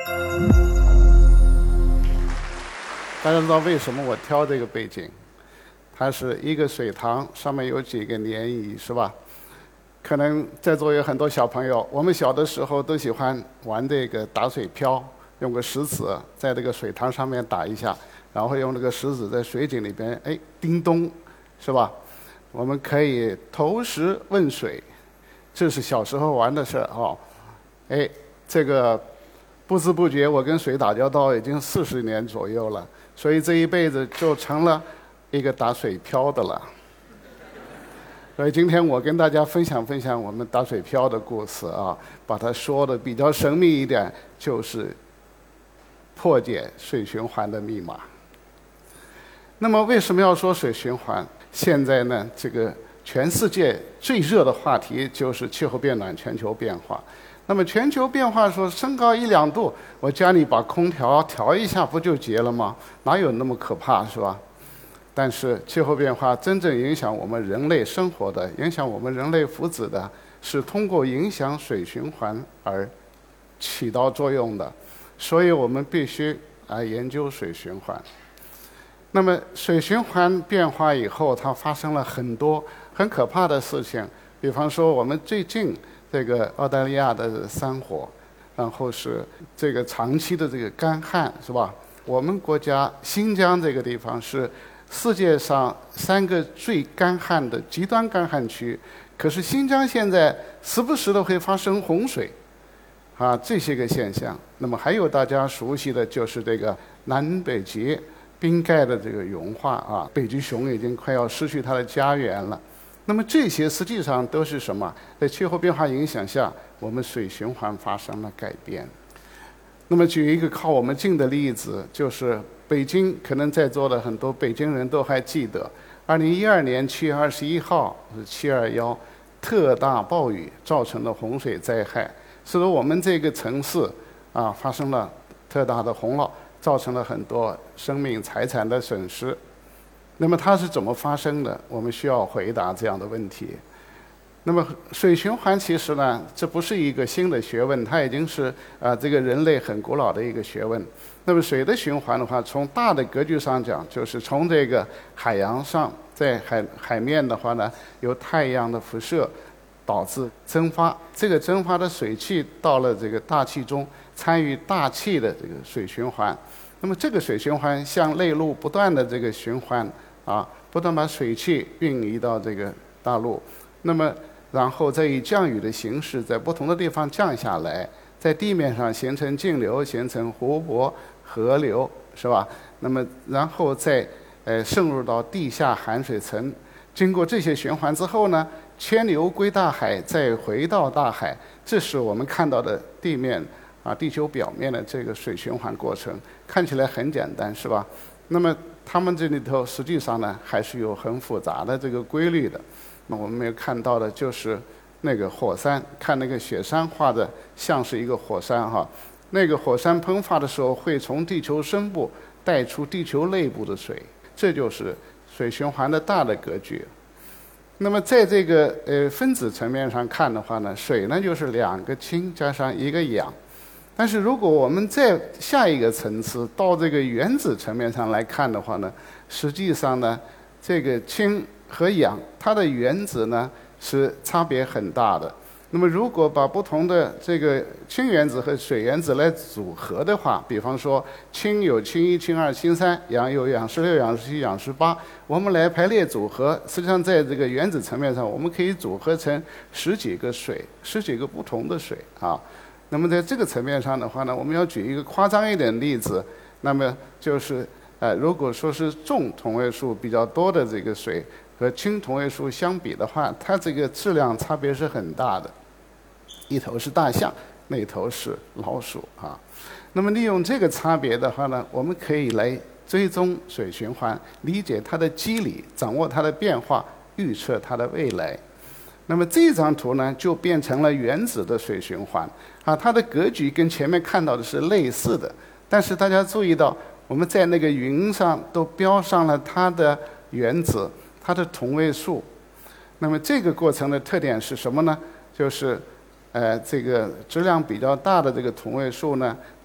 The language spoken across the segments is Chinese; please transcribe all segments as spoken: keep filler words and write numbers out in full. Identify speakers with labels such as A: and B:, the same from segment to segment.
A: 大家知道为什么我挑这个背景？它是一个水塘，上面有几个涟漪，是吧？可能在座有很多小朋友，我们小的时候都喜欢玩这个打水漂，用个石子在这个水塘上面打一下，然后用这个石子在水井里边，哎，叮咚，是吧？我们可以投石问水，这是小时候玩的事儿哦。哎，这个不知不觉我跟水打交道已经四十年左右了，所以这一辈子就成了一个打水漂的了。所以今天我跟大家分享分享我们打水漂的故事啊，把它说的比较神秘一点，就是破解水循环的密码。那么为什么要说水循环？现在呢，这个全世界最热的话题就是气候变暖、全球变化。那么全球变化说升高一两度，我家里把空调调一下不就结了吗？哪有那么可怕，是吧？但是气候变化真正影响我们人类生活的、影响我们人类福祉的，是通过影响水循环而起到作用的。所以我们必须来研究水循环。那么水循环变化以后，它发生了很多很可怕的事情，比方说我们最近这个澳大利亚的山火，然后是这个长期的这个干旱，是吧？我们国家新疆这个地方是世界上三个最干旱的极端干旱区，可是新疆现在时不时的会发生洪水，啊，这些个现象。那么还有大家熟悉的就是这个南北极冰盖的这个融化啊，北极熊已经快要失去它的家园了。那么这些实际上都是什么？在气候变化影响下，我们水循环发生了改变。那么举一个靠我们近的例子，就是北京，可能在座的很多北京人都还记得，二零一二年七月二十一号是七二幺特大暴雨造成的洪水灾害，使得我们这个城市啊发生了特大的洪涝，造成了很多生命财产的损失。那么它是怎么发生的？我们需要回答这样的问题。那么水循环其实呢，这不是一个新的学问，它已经是啊、呃、这个人类很古老的一个学问。那么水的循环的话，从大的格局上讲，就是从这个海洋上，在海海面的话呢，由太阳的辐射导致蒸发，这个蒸发的水汽到了这个大气中，参与大气的这个水循环。那么这个水循环向内陆不断的这个循环啊，不断把水汽运移到这个大陆，那么然后再以降雨的形式在不同的地方降下来，在地面上形成径流，形成湖泊、河流，是吧？那么然后再呃渗入到地下含水层，经过这些循环之后呢，迁流归大海，再回到大海，这是我们看到的地面啊，地球表面的这个水循环过程，看起来很简单，是吧？那么它们这里头实际上呢，还是有很复杂的这个规律的。那我们没有看到的就是那个火山，看那个雪山画的像是一个火山哈。那个火山喷发的时候，会从地球深部带出地球内部的水，这就是水循环的大的格局。那么在这个呃分子层面上看的话呢，水呢就是两个氢加上一个氧。但是如果我们再下一个层次到这个原子层面上来看的话呢，实际上呢，这个氢和氧它的原子呢是差别很大的。那么如果把不同的这个氢原子和水原子来组合的话，比方说氢有氢一、氢二、氢三，氧有氧十六、氧十七、氧十八，我们来排列组合，实际上在这个原子层面上，我们可以组合成十几个水，十几个不同的水啊。那么在这个层面上的话呢，我们要举一个夸张一点的例子，那么就是呃，如果说是重同位素比较多的这个水和氢同位素相比的话，它这个质量差别是很大的。一头是大象，那头是老鼠啊。那么利用这个差别的话呢，我们可以来追踪水循环，理解它的机理，掌握它的变化，预测它的未来。那么这张图呢，就变成了原子的水循环啊，它的格局跟前面看到的是类似的，但是大家注意到，我们在那个云上都标上了它的原子，它的同位素。那么这个过程的特点是什么呢？就是呃，这个质量比较大的这个同位素呢，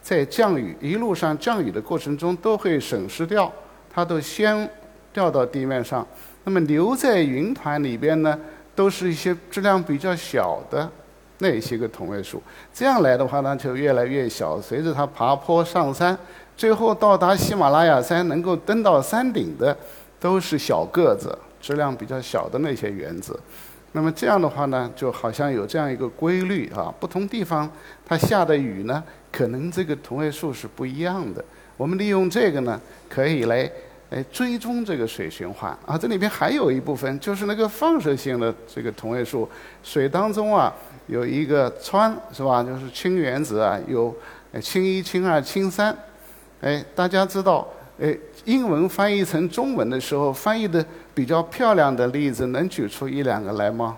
A: 在降雨一路上降雨的过程中都会损失掉，它都先掉到地面上。那么留在云团里边呢，都是一些质量比较小的那些个同位素。这样来的话呢，就越来越小。随着它爬坡上山，最后到达喜马拉雅山能够登到山顶的，都是小个子、质量比较小的那些原子。那么这样的话呢，就好像有这样一个规律啊，不同地方它下的雨呢，可能这个同位素是不一样的。我们利用这个呢，可以来来追踪这个水循环啊。这里边还有一部分就是那个放射性的这个同位素，水当中啊有一个氚是吧？就是氢原子啊，有氢一、氢二、氢三。哎，大家知道，哎，英文翻译成中文的时候，翻译的比较漂亮的例子，能举出一两个来吗？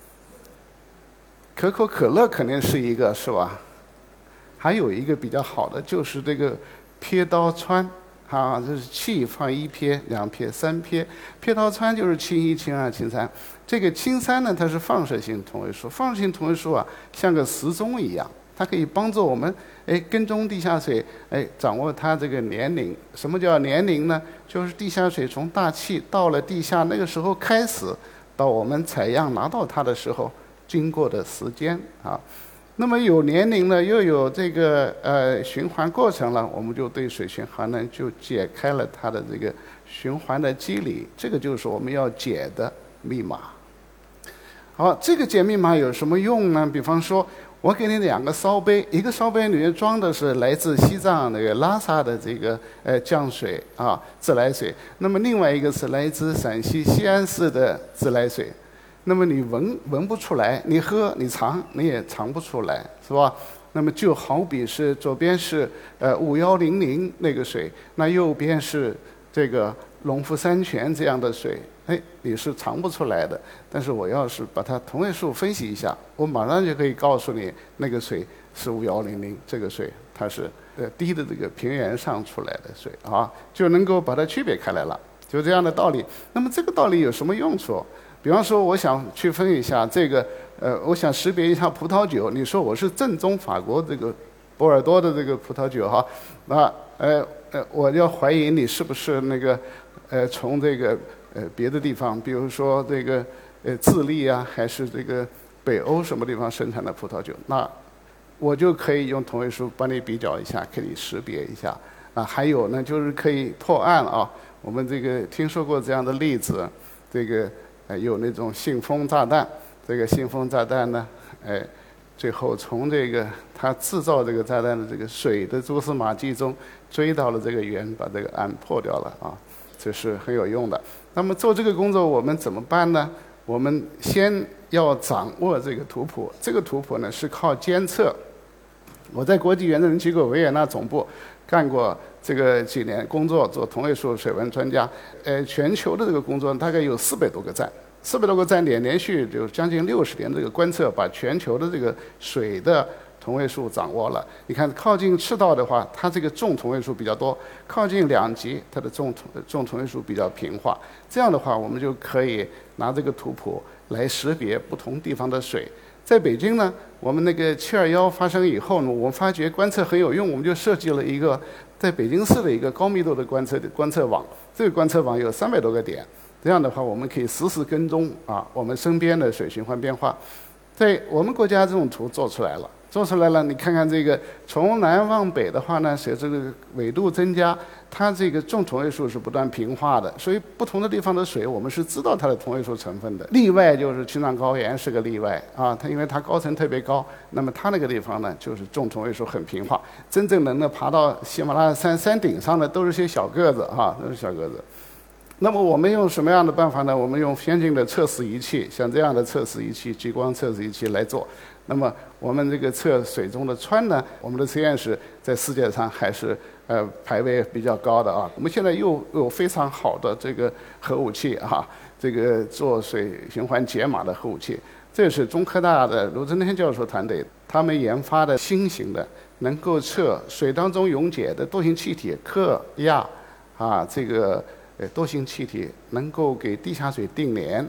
A: 可口可乐肯定是一个，是吧？还有一个比较好的就是这个撇刀氚，啊，这是气放一撇、两撇、三撇。撇刀氚就是氢一、氢二、氢三。这个氢三呢，它是放射性同位素。放射性同位素啊，像个时钟一样，它可以帮助我们哎跟踪地下水，哎掌握它这个年龄。什么叫年龄呢？就是地下水从大气到了地下那个时候开始，到我们采样拿到它的时候经过的时间啊。那么有年龄了，又有这个呃循环过程了，我们就对水循环呢就解开了它的这个循环的机理，这个就是我们要解的密码。好，这个解密码有什么用呢？比方说，我给你两个烧杯，一个烧杯里面装的是来自西藏那个拉萨的这个呃降水啊自来水，那么另外一个是来自陕西西安市的自来水。那么你闻闻不出来，你喝你尝你也尝不出来，是吧？那么就好比是左边是呃五幺零零那个水，那右边是这个农夫山泉这样的水，哎，你是尝不出来的。但是我要是把它同位素分析一下，我马上就可以告诉你那个水是五幺零零，这个水它是呃低的这个平原上出来的水啊，就能够把它区别开来了，就这样的道理。那么这个道理有什么用处？比方说，我想区分一下这个，呃，我想识别一下葡萄酒。你说我是正宗法国这个波尔多的这个葡萄酒哈，那呃呃，我要怀疑你是不是那个，呃，从这个呃别的地方，比如说这个呃智利啊，还是这个北欧什么地方生产的葡萄酒，那我就可以用同位素帮你比较一下，可以识别一下。啊，还有呢，就是可以破案啊。我们这个听说过这样的例子，这个。呃，有那种信封炸弹，这个信封炸弹呢，哎，最后从这个他制造这个炸弹的这个水的蛛丝马迹中追到了这个源，把这个案破掉了啊，这是很有用的。那么做这个工作我们怎么办呢？我们先要掌握这个图谱，这个图谱呢是靠监测。我在国际原子能机构维也纳总部干过这个几年工作，做同位素水文专家。呃，全球的这个工作大概有四百多个站，四百多个站点，连续就将近六十年的这个观测，把全球的这个水的同位素掌握了。你看，靠近赤道的话，它这个重同位素比较多；靠近两极，它的重同重同位素比较平滑。这样的话，我们就可以拿这个图谱来识别不同地方的水。在北京呢，我们那个七二幺发生以后呢，我们发觉观测很有用，我们就设计了一个在北京市的一个高密度的观测的观测网。这个观测网有三百多个点，这样的话我们可以实时跟踪啊我们身边的水循环变化。在我们国家这种图做出来了，做出来了，你看看这个从南往北的话呢，随着这个纬度增加，它这个重同位素是不断平化的，所以不同的地方的水我们是知道它的同位素成分的。例外就是青藏高原是个例外啊，它因为它高层特别高，那么它那个地方呢就是重同位素很平化，真正能够爬到喜马拉雅山山顶上的都是些小个子啊，都是小个子。那么我们用什么样的办法呢？我们用先进的测试仪器，像这样的测试仪器、激光测试仪器来做。那么我们这个测水中的氚呢，我们的实验室在世界上还是呃排位比较高的啊。我们现在又有非常好的这个核武器啊，这个做水循环解码的核武器。这是中科大的卢振天教授团队他们研发的新型的，能够测水当中溶解的多型气体氪、氩啊这个。呃，多型气体能够给地下水定联，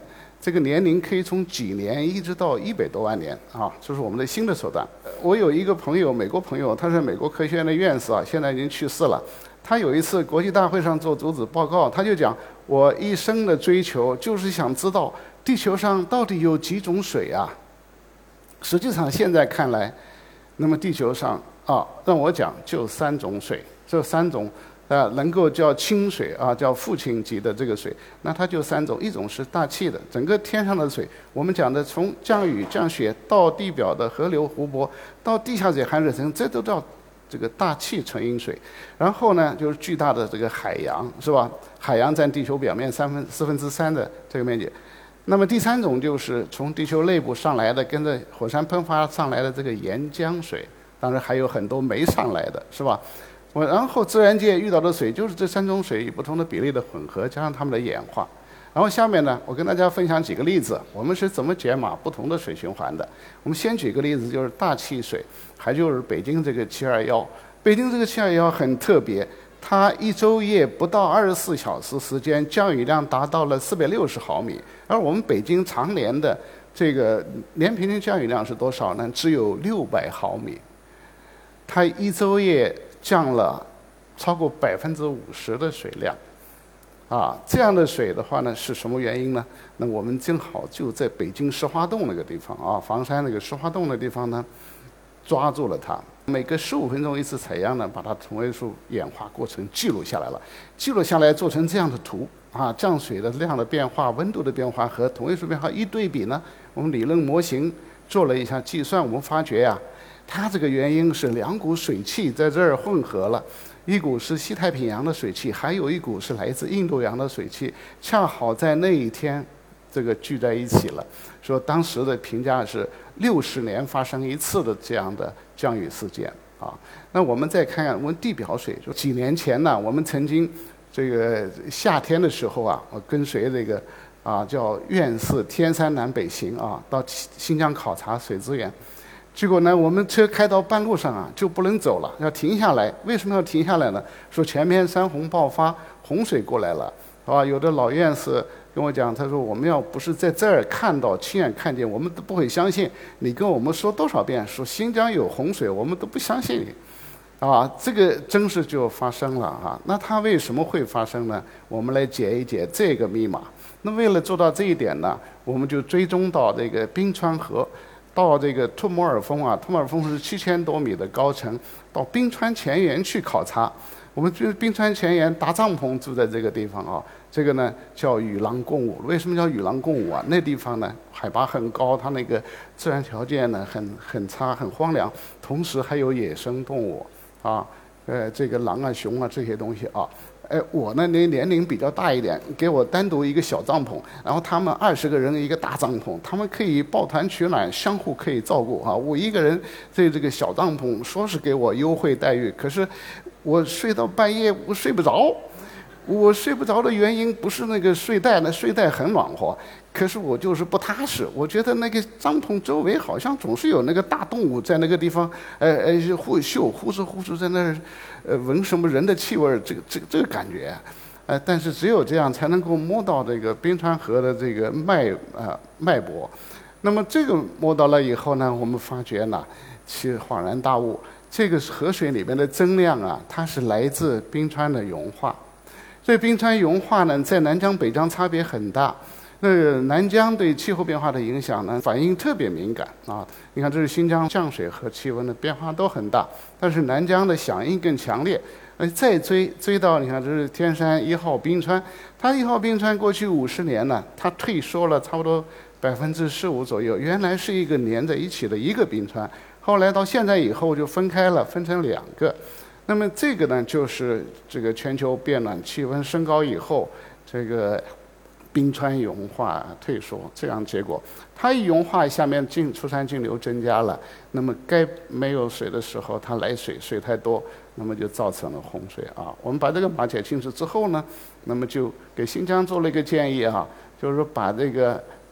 A: 这个年龄可以从几年一直到一百多万年啊，这是我们的新的手段。我有一个朋友，美国朋友，他是美国科学院的院士啊，现在已经去世了。他有一次国际大会上做主旨报告，他就讲，我一生的追求就是想知道地球上到底有几种水啊。实际上现在看来，那么地球上啊，让我讲就三种水，这三种。呃，能够叫清水啊，叫父亲级的这个水，那它就三种，一种是大气的，整个天上的水，我们讲的从降雨降雪到地表的河流湖泊，到地下水含水层，这都叫这个大气纯饮水。然后呢，就是巨大的这个海洋，是吧？海洋占地球表面三分四分之三的这个面积。那么第三种就是从地球内部上来的，跟着火山喷发上来的这个岩浆水，当然还有很多没上来的，是吧？我然后自然界遇到的水就是这三种水以不同的比例的混合，加上它们的演化。然后下面呢，我跟大家分享几个例子，我们是怎么解码不同的水循环的。我们先举个例子，就是大气水，还就是北京这个七二幺。北京这个七二幺很特别，它一昼夜不到二十四小时时间，降雨量达到了四百六十毫米。而我们北京常年的这个年平均降雨量是多少呢？只有六百毫米。它一昼夜降了超过百分之五十的水量，啊，这样的水的话呢，是什么原因呢？那我们正好就在北京石花洞那个地方啊，房山那个石花洞的地方呢，抓住了它。每隔十五分钟一次采样呢，把它同位素演化过程记录下来了，记录下来做成这样的图啊，降水的量的变化、温度的变化和同位素变化一对比呢，我们理论模型做了一下计算，我们发觉呀、啊。它这个原因是两股水汽在这儿混合了，一股是西太平洋的水汽，还有一股是来自印度洋的水汽，恰好在那一天这个聚在一起了。说当时的评价是六十年发生一次的这样的降雨事件啊。那我们再看看我们地表水，就几年前呢，我们曾经这个夏天的时候啊，我跟随这个啊叫院士天山南北行啊，到新疆考察水资源。结果呢，我们车开到半路上啊，就不能走了，要停下来。为什么要停下来呢？说前面山洪爆发，洪水过来了，啊，有的老院士跟我讲，他说我们要不是在这儿看到、亲眼看见，我们都不会相信。你跟我们说多少遍，说新疆有洪水，我们都不相信你，啊，这个真是就发生了啊。那它为什么会发生呢？我们来解一解这个密码。那为了做到这一点呢，我们就追踪到这个冰川河。到这个托摩尔峰啊，托摩尔峰是七千多米的高层，到冰川前沿去考察。我们就是冰川前沿搭帐篷住在这个地方啊，这个呢叫与狼共舞。为什么叫与狼共舞啊？那地方呢海拔很高，它那个自然条件呢很很差，很荒凉，同时还有野生动物啊，呃，这个狼啊、熊啊这些东西啊。哎，我呢年年龄比较大一点，给我单独一个小帐篷，然后他们二十个人一个大帐篷，他们可以抱团取暖，相互可以照顾啊。我一个人在这个小帐篷，说是给我优惠待遇，可是我睡到半夜我睡不着。我睡不着的原因不是那个睡袋，那睡袋很暖和，可是我就是不踏实。我觉得那个帐篷周围好像总是有那个大动物在那个地方，呃呃，呼嗅呼哧呼哧在那儿，呃，闻什么人的气味，这个这个这个感觉，呃，但是只有这样才能够摸到这个冰川河的这个脉啊、呃、脉搏。那么这个摸到了以后呢，我们发觉呢，其实恍然大悟，这个河水里面的增量啊，它是来自冰川的融化。这冰川融化呢，在南疆、北疆差别很大。那个南疆对气候变化的影响呢，反应特别敏感啊。你看，这是新疆降水和气温的变化都很大，但是南疆的响应更强烈。呃，再追追到，你看，这是天山一号冰川，它一号冰川过去五十年呢，它退缩了差不多百分之十五左右。原来是一个连在一起的一个冰川，后来到现在以后就分开了，分成两个。那么这个呢，就是这个全球变暖、气温升高以后，这个冰川融化退缩这样结果。它一融化，下面进出山径流增加了，那么该没有水的时候，它来水，水太多，那么就造成了洪水啊。我们把这个码解清楚之后呢，那么就给新疆做了一个建议啊，就是说把这个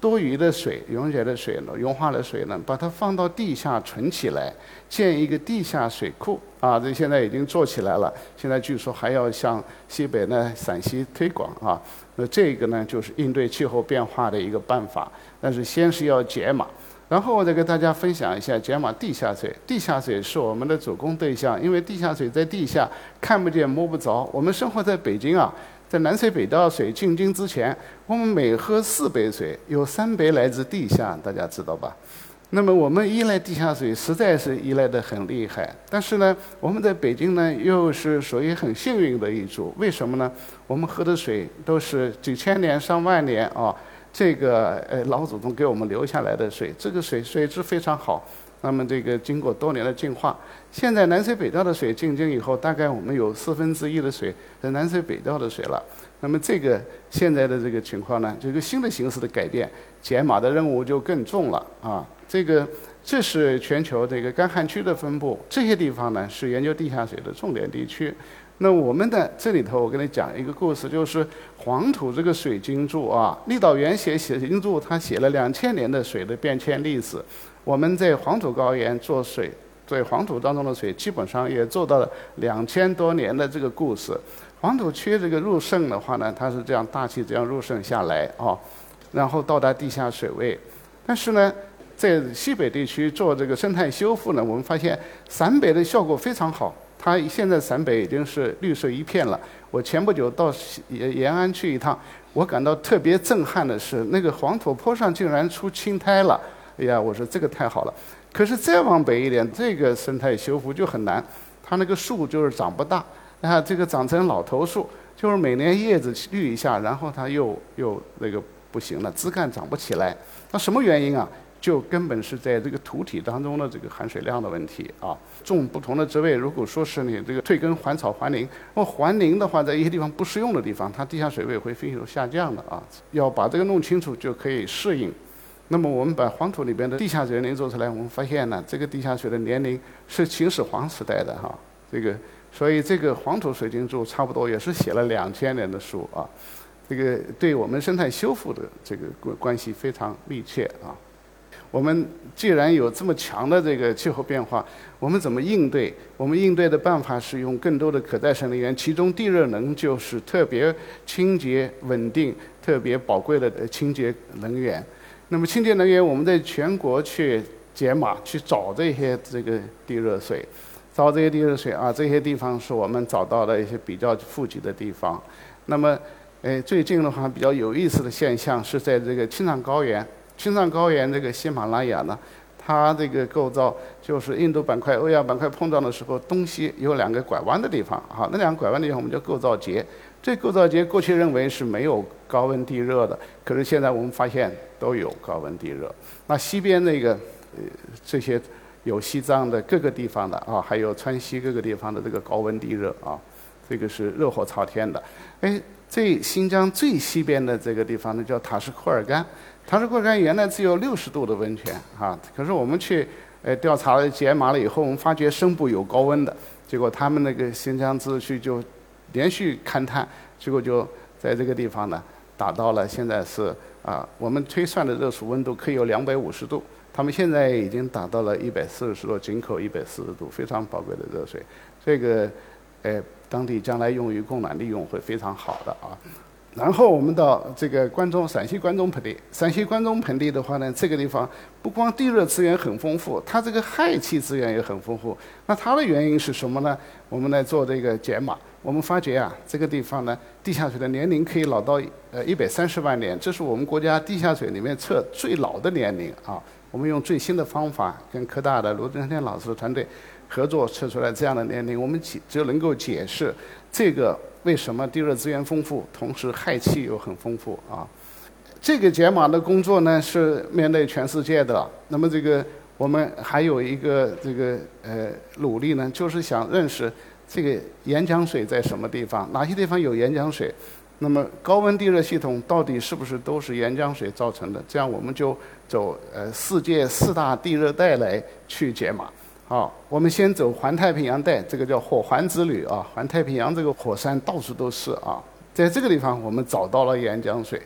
A: 多余的水、溶解的水呢、融化的水呢，把它放到地下存起来，建一个地下水库啊，这现在已经做起来了。现在据说还要向西北呢陕西推广啊。那这个呢，就是应对气候变化的一个办法。但是先是要解码。然后我再跟大家分享一下解码地下水。地下水是我们的主攻对象，因为地下水在地下看不见摸不着。我们生活在北京啊，在南水北调水进京之前，我们每喝四杯水，有三杯来自地下，大家知道吧？那么我们依赖地下水，实在是依赖得很厉害。但是呢，我们在北京呢，又是属于很幸运的一族。为什么呢？我们喝的水都是几千年、上万年啊。这个呃老祖宗给我们留下来的水，这个水水质非常好。那么这个经过多年的净化，现在南水北调的水进京以后，大概我们有四分之一的水是南水北调的水了。那么这个现在的这个情况呢，这个新的形势的改变，解码的任务就更重了啊。这个这是全球这个干旱区的分布，这些地方呢是研究地下水的重点地区。那我们的这里头，我跟你讲一个故事，就是黄土这个水晶柱啊，郦道元写水晶柱，他写了两千年的水的变迁历史。我们在黄土高原做水，在黄土当中的水，基本上也做到了两千多年的这个故事。黄土区这个入渗的话呢，它是这样大气这样入渗下来啊，然后到达地下水位。但是呢，在西北地区做这个生态修复呢，我们发现陕北的效果非常好。它现在陕北已经是绿色一片了。我前不久到延延安去一趟，我感到特别震撼的是，那个黄土坡上竟然出青苔了。哎呀，我说这个太好了。可是再往北一点，这个生态修复就很难，它那个树就是长不大，啊，这个长成老头树，就是每年叶子绿一下，然后它又又那个不行了，枝干长不起来。那什么原因啊？就根本是在这个土体当中的这个含水量的问题啊。种不同的植被，如果说是你这个退耕还草还林，那么还林的话，在一些地方不适用的地方，它地下水位会迅速下降的啊。要把这个弄清楚，就可以适应。那么我们把黄土里边的地下水年龄做出来，我们发现呢，这个地下水的年龄是秦始皇时代的哈。这个，所以这个黄土水晶柱差不多也是写了两千年的书啊。这个对我们生态修复的这个关系非常密切啊。我们既然有这么强的这个气候变化，我们怎么应对？我们应对的办法是用更多的可再生能源，其中地热能就是特别清洁、稳定、特别宝贵的清洁能源。那么清洁能源，我们在全国去解码，去找这些这个地热水，找这些地热水啊，这些地方是我们找到的一些比较富集的地方。那么，呃，最近的话比较有意思的现象是在这个青藏高原。青藏高原这个喜马拉雅呢，它这个构造就是印度板块、欧亚板块碰撞的时候，东西有两个拐弯的地方啊，那两个拐弯的地方我们叫构造节。这构造节过去认为是没有高温地热的，可是现在我们发现都有高温地热。那西边那个呃这些有西藏的各个地方的啊，还有川西各个地方的这个高温地热啊，这个是热火朝天的。哎，这新疆最西边的这个地方呢，叫塔什库尔干。塔什库尔干原来只有六十度的温泉啊，可是我们去呃调查了解码了以后，我们发觉深部有高温的，结果他们那个新疆自治区就连续勘探，结果就在这个地方呢达到了现在是啊，我们推算的热水温度可以有两百五十度，他们现在已经达到了一百四十度，井口一百四十度，非常宝贵的热水，这个呃当地将来用于供暖利用会非常好的啊。然后我们到这个关中，陕西关中盆地。陕西关中盆地的话呢，这个地方不光地热资源很丰富，它这个氦气资源也很丰富。那它的原因是什么呢？我们来做这个解码，我们发觉啊，这个地方呢，地下水的年龄可以老到呃一百三十万年，这是我们国家地下水里面测最老的年龄啊。我们用最新的方法，跟科大的卢正天老师的团队合作测出来这样的年龄，我们解就能够解释这个。为什么地热资源丰富，同时氦气又很丰富啊？这个解码的工作呢是面对全世界的。那么这个我们还有一个这个呃努力呢，就是想认识这个岩浆水在什么地方，哪些地方有岩浆水。那么高温地热系统到底是不是都是岩浆水造成的？这样我们就走呃世界四大地热带来去解码。好，我们先走环太平洋带，这个叫火环之旅啊。环太平洋这个火山到处都是啊，在这个地方我们找到了岩浆水，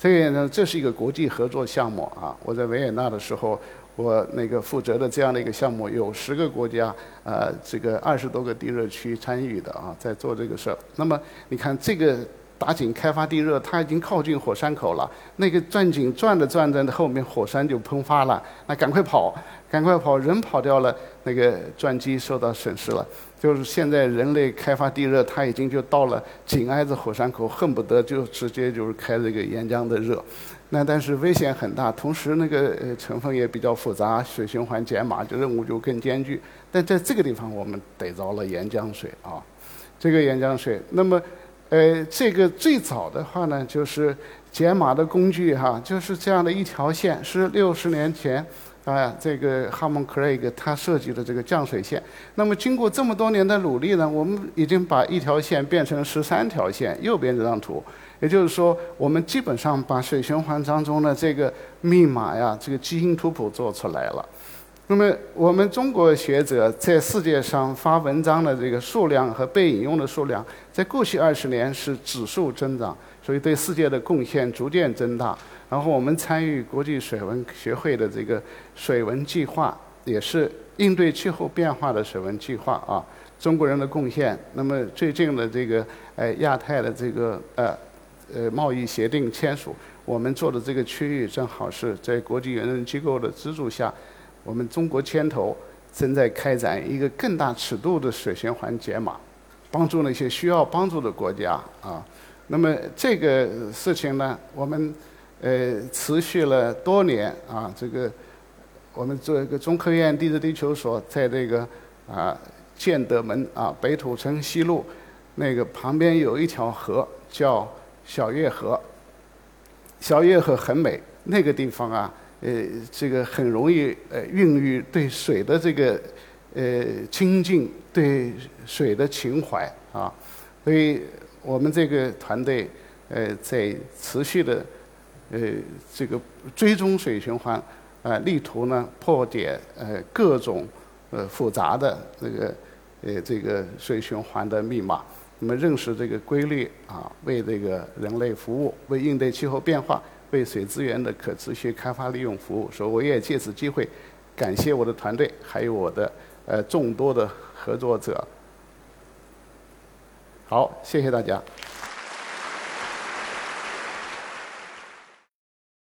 A: 这个呢，这是一个国际合作项目啊。我在维也纳的时候，我那个负责的这样的一个项目，有十个国家，呃，这个二十多个地热区参与的啊，在做这个事儿。那么你看这个打井开发地热，它已经靠近火山口了，那个钻井转着转着，后面火山就喷发了，那赶快跑，赶快跑，人跑掉了，那个钻机受到损失了。就是现在人类开发地热，它已经就到了紧挨着火山口，恨不得就直接就是开这个岩浆的热。那但是危险很大，同时那个呃成分也比较复杂，水循环减码就任务就更艰巨。但在这个地方我们逮着了岩浆水啊，这个岩浆水。那么呃这个最早的话呢，就是减码的工具哈，就是这样的一条线，是六十年前。啊，这个哈蒙·克雷格他设计的这个降水线，那么经过这么多年的努力呢，我们已经把一条线变成十三条线。右边这张图，也就是说，我们基本上把水循环当中的这个密码呀，这个基因图谱做出来了。那么我们中国学者在世界上发文章的这个数量和被引用的数量，在过去二十年是指数增长，所以对世界的贡献逐渐增大。然后我们参与国际水文学会的这个水文计划，也是应对气候变化的水文计划啊。中国人的贡献。那么最近的这个呃亚太的这个呃呃贸易协定签署，我们做的这个区域正好是在国际原人机构的资助下，我们中国牵头正在开展一个更大尺度的水循环解码，帮助那些需要帮助的国家啊。那么这个事情呢，我们呃持续了多年啊。这个我们做一个中科院地质地球所在这个啊建德门啊北土城西路那个旁边有一条河叫小月河，小月河很美，那个地方啊。呃，这个很容易呃孕育对水的这个呃亲近，对水的情怀啊，所以我们这个团队呃在持续的呃这个追踪水循环啊，力图呢破解呃各种呃复杂的这个呃这个水循环的密码，那么认识这个规律啊，为这个人类服务，为应对气候变化。为水资源的可持续开发利用服务，所以我也借此机会感谢我的团队，还有我的呃众多的合作者。好，谢谢大家。